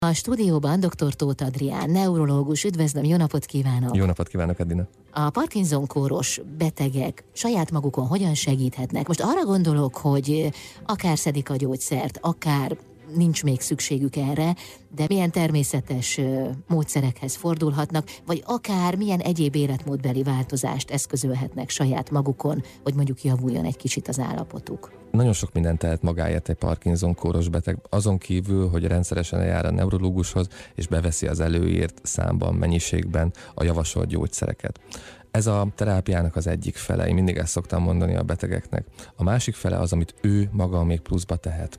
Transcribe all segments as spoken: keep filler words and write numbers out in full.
A stúdióban dr. Tóth Adrián, neurológus. Üdvözlöm, jó napot kívánok! Jó napot kívánok, Edina! A Parkinson-kóros betegek saját magukon hogyan segíthetnek? Most arra gondolok, hogy akár szedik a gyógyszert, akár nincs még szükségük erre, de milyen természetes módszerekhez fordulhatnak, vagy akár milyen egyéb életmódbeli változást eszközölhetnek saját magukon, hogy mondjuk javuljon egy kicsit az állapotuk. Nagyon sok mindent tehet magáért egy Parkinson-kóros beteg, azon kívül, hogy rendszeresen jár a neurológushoz, és beveszi az előírt számban, mennyiségben a javasolt gyógyszereket. Ez a terápiának az egyik fele, én mindig ezt szoktam mondani a betegeknek. A másik fele az, amit ő maga még pluszba tehet.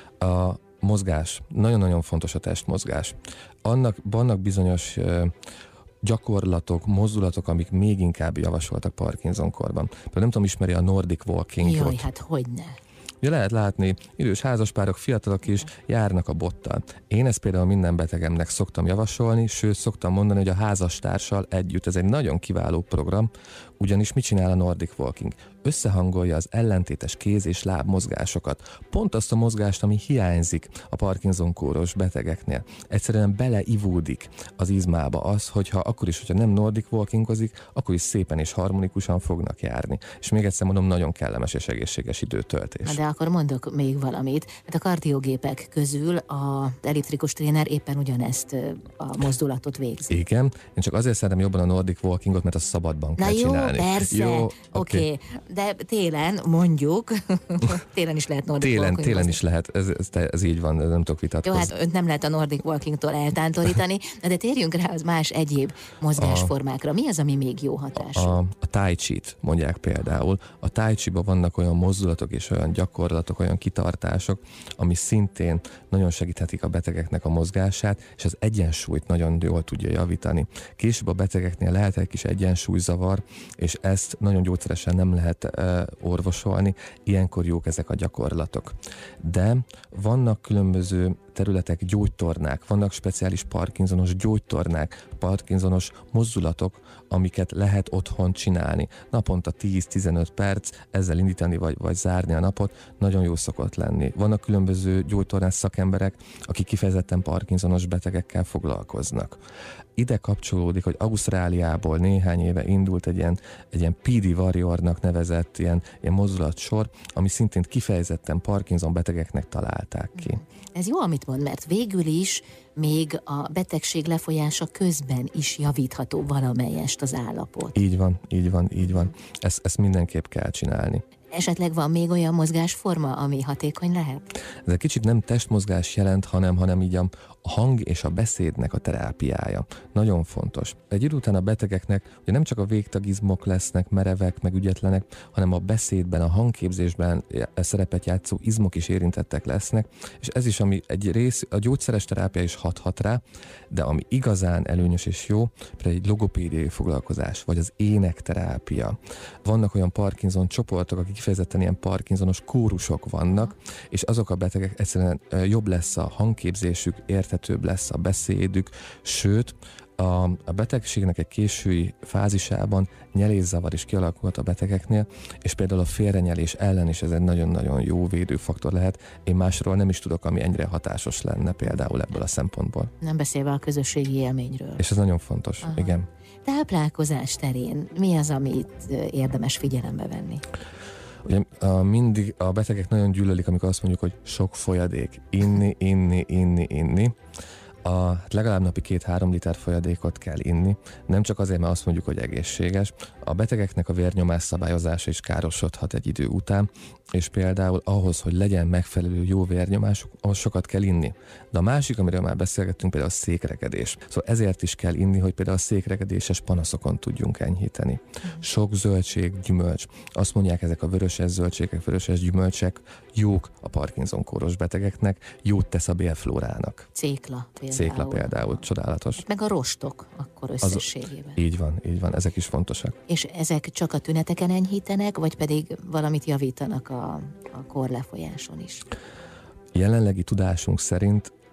A mozgás. Nagyon-nagyon fontos a testmozgás. Annak, vannak bizonyos uh, gyakorlatok, mozdulatok, amik még inkább javasoltak Parkinson-korban. Például nem tudom, ismeri a Nordic Walkingot. Jaj, hát hogyne. Ugye lehet látni, idős házaspárok, fiatalok is járnak a bottal. Én ezt például minden betegemnek szoktam javasolni, sőt szoktam mondani, hogy a házastársal együtt. Ez egy nagyon kiváló program, ugyanis mit csinál a Nordic Walking? Összehangolja az ellentétes kéz- és lábmozgásokat. Pont azt a mozgást, ami hiányzik a Parkinson-kóros betegeknél. Egyszerűen beleivódik az izmába az, hogyha akkor is, hogyha nem Nordic Walkingozik, akkor is szépen és harmonikusan fognak járni. És még egyszer mondom, nagyon kellemes és egészséges időtöltés. De akkor mondok még valamit. Hát a kardiogépek közül az elliptikus tréner éppen ugyanezt a mozdulatot végzi. Igen, én csak azért szeretem jobban a Nordic Walkingot, mert azt szabadban kell Na jó, csinálni. persze, jó, oké. Okay. Okay. De télen mondjuk, télen is lehet Nordic télen, Walking. Télen is lehet, ez, ez, ez így van, nem tudok vitatkozni. Jó, hát önt nem lehet a Nordic Walkingtól eltántorítani, de térjünk rá az más egyéb mozgásformákra. Mi az, ami még jó hatású? A, a tai chi-t mondják például. A tai chi-ban vannak olyan mozdulatok és olyan gyakorlatok, olyan kitartások, ami szintén nagyon segíthetik a betegeknek a mozgását, és az egyensúlyt nagyon jól tudja javítani. Később a betegeknél lehet egy kis egyensúlyzavar, és ezt nagyon gyógyszeresen nem lehet uh, orvosolni, ilyenkor jók ezek a gyakorlatok. De vannak különböző területek, gyógytornák, vannak speciális parkinsonos gyógytornák, parkinsonos mozdulatok, amiket lehet otthon csinálni. Naponta tíz-tizenöt perc, ezzel indítani vagy, vagy zárni a napot, nagyon jó szokott lenni. Vannak különböző gyógytornás szakemberek, akik kifejezetten parkinsonos betegekkel foglalkoznak. Ide kapcsolódik, hogy Ausztráliából néhány éve indult egy ilyen, egy ilyen pé dé Warriornak nevezett ilyen, ilyen mozdulatsor, ami szintén kifejezetten Parkinson betegeknek találták ki. Ez jó, amit mond, mert végül is még a betegség lefolyása közben is javítható valamelyest az állapot. Így van, így van, így van. Ezt, ezt mindenképp kell csinálni. Esetleg van még olyan mozgásforma, ami hatékony lehet? Ez egy kicsit nem testmozgás jelent, hanem, hanem így a hang és a beszédnek a terápiája. Nagyon fontos. Egy idő után a betegeknek ugye nem csak a végtagizmok lesznek merevek, meg ügyetlenek, hanem a beszédben, a hangképzésben szerepet játszó izmok is érintettek lesznek, és ez is, ami egy rész, a gyógyszeres terápia is hathat rá, de ami igazán előnyös és jó, például egy logopédiai foglalkozás, vagy az énekterápia. Vannak olyan Parkinson csoportok, akik kifejezetten ilyen Parkinsonos kórusok vannak, és azok a betegek egyszerűen jobb lesz a hangképzésük, érthetőbb lesz a beszédük, sőt, a, a betegségnek egy késői fázisában nyelészavar is kialakulhat a betegeknél, és például a félrenyelés ellen is ez egy nagyon-nagyon jó védőfaktor lehet. Én másról nem is tudok, ami ennyire hatásos lenne például ebből a szempontból. Nem beszélve a közösségi élményről. És ez nagyon fontos, aha, igen. Táplálkozás terén mi az, amit érdemes figyelembe venni? Ugye a, mindig a betegek nagyon gyűlölik, amikor azt mondjuk, hogy sok folyadék, inni, inni, inni, inni. A, hát legalább napi két-három liter folyadékot kell inni, nem csak azért, mert azt mondjuk, hogy egészséges. A betegeknek a vérnyomás szabályozása is károsodhat egy idő után, és például ahhoz, hogy legyen megfelelő jó vérnyomásuk, ahhoz sokat kell inni. De a másik, amiről már beszélgettünk, például a székrekedés. Szóval ezért is kell inni, hogy például a székrekedéses panaszokon tudjunk enyhíteni. Sok zöldség, gyümölcs. Azt mondják, ezek a vöröses zöldségek, vöröses gyümölcsek jók a Parkinson-kóros betegeknek, jót tesz a bélflórának. Cékla például. Cékla például, csodálatos. Meg a rostok akkor összességében. Az, így van, így van, ezek is fontosak. És ezek csak a tüneteken enyhítenek, vagy pedig valamit javítanak a, a korlefolyáson is? Jelenlegi tudásunk szerint a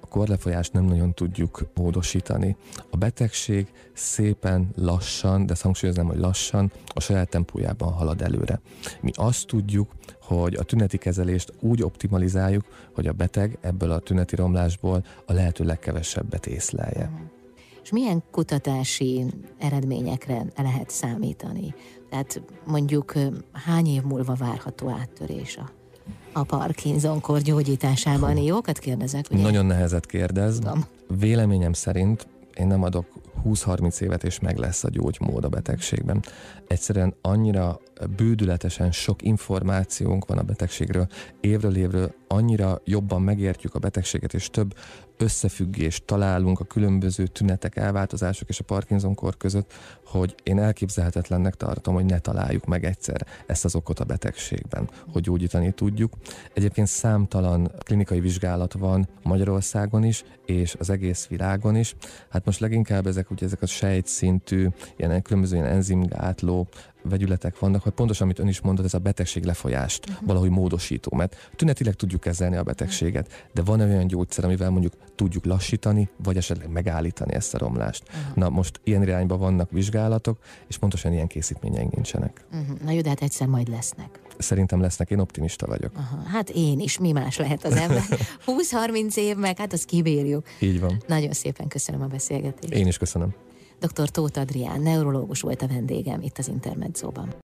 a korlefolyást nem nagyon tudjuk módosítani. A betegség szépen lassan, de hangsúlyoznám, hogy lassan, a saját tempójában halad előre. Mi azt tudjuk, hogy a tüneti kezelést úgy optimalizáljuk, hogy a beteg ebből a tüneti romlásból a lehető legkevesebbet észlelje. És milyen kutatási eredményekre lehet számítani? Tehát mondjuk hány év múlva várható áttörés a, a Parkinson-kór gyógyításában? Jókat kérdezek, ugye? Nagyon nehezet kérdez. Tudom. Véleményem szerint én nem adok húsz-harminc évet, és meg lesz a gyógymód a betegségben. Egyszerűen annyira bődületesen sok információnk van a betegségről, évről évről annyira jobban megértjük a betegséget, és több összefüggést találunk a különböző tünetek, elváltozások és a Parkinson-kór között, hogy én elképzelhetetlennek tartom, hogy ne találjuk meg egyszer ezt az okot a betegségben, hogy gyógyítani tudjuk. Egyébként számtalan klinikai vizsgálat van Magyarországon is, és az egész világon is. Hát most leginkább ezek, ugye ezek a sejtszintű, ilyen különböző ilyen enzimgátló vegyületek vannak, hogy pontosan, amit ön is mondott, ez a betegség lefolyást uh-huh. valahogy módosító, mert tünetileg tudjuk kezelni a betegséget, de van olyan gyógyszer, amivel mondjuk tudjuk lassítani, vagy esetleg megállítani ezt a romlást. Uh-huh. Na most ilyen irányba vannak vizsgálatok, és pontosan ilyen készítményeink nincsenek. Uh-huh. Na jó, de hát egyszer majd lesznek. Szerintem lesznek, én optimista vagyok. Aha, hát én is, mi más lehet az ember. húsz-harminc év meg, hát azt kibírjuk. Így van. Nagyon szépen köszönöm a beszélgetést. Én is köszönöm. doktor Tóth Adrián, neurológus volt a vendégem itt az Intermedzóban.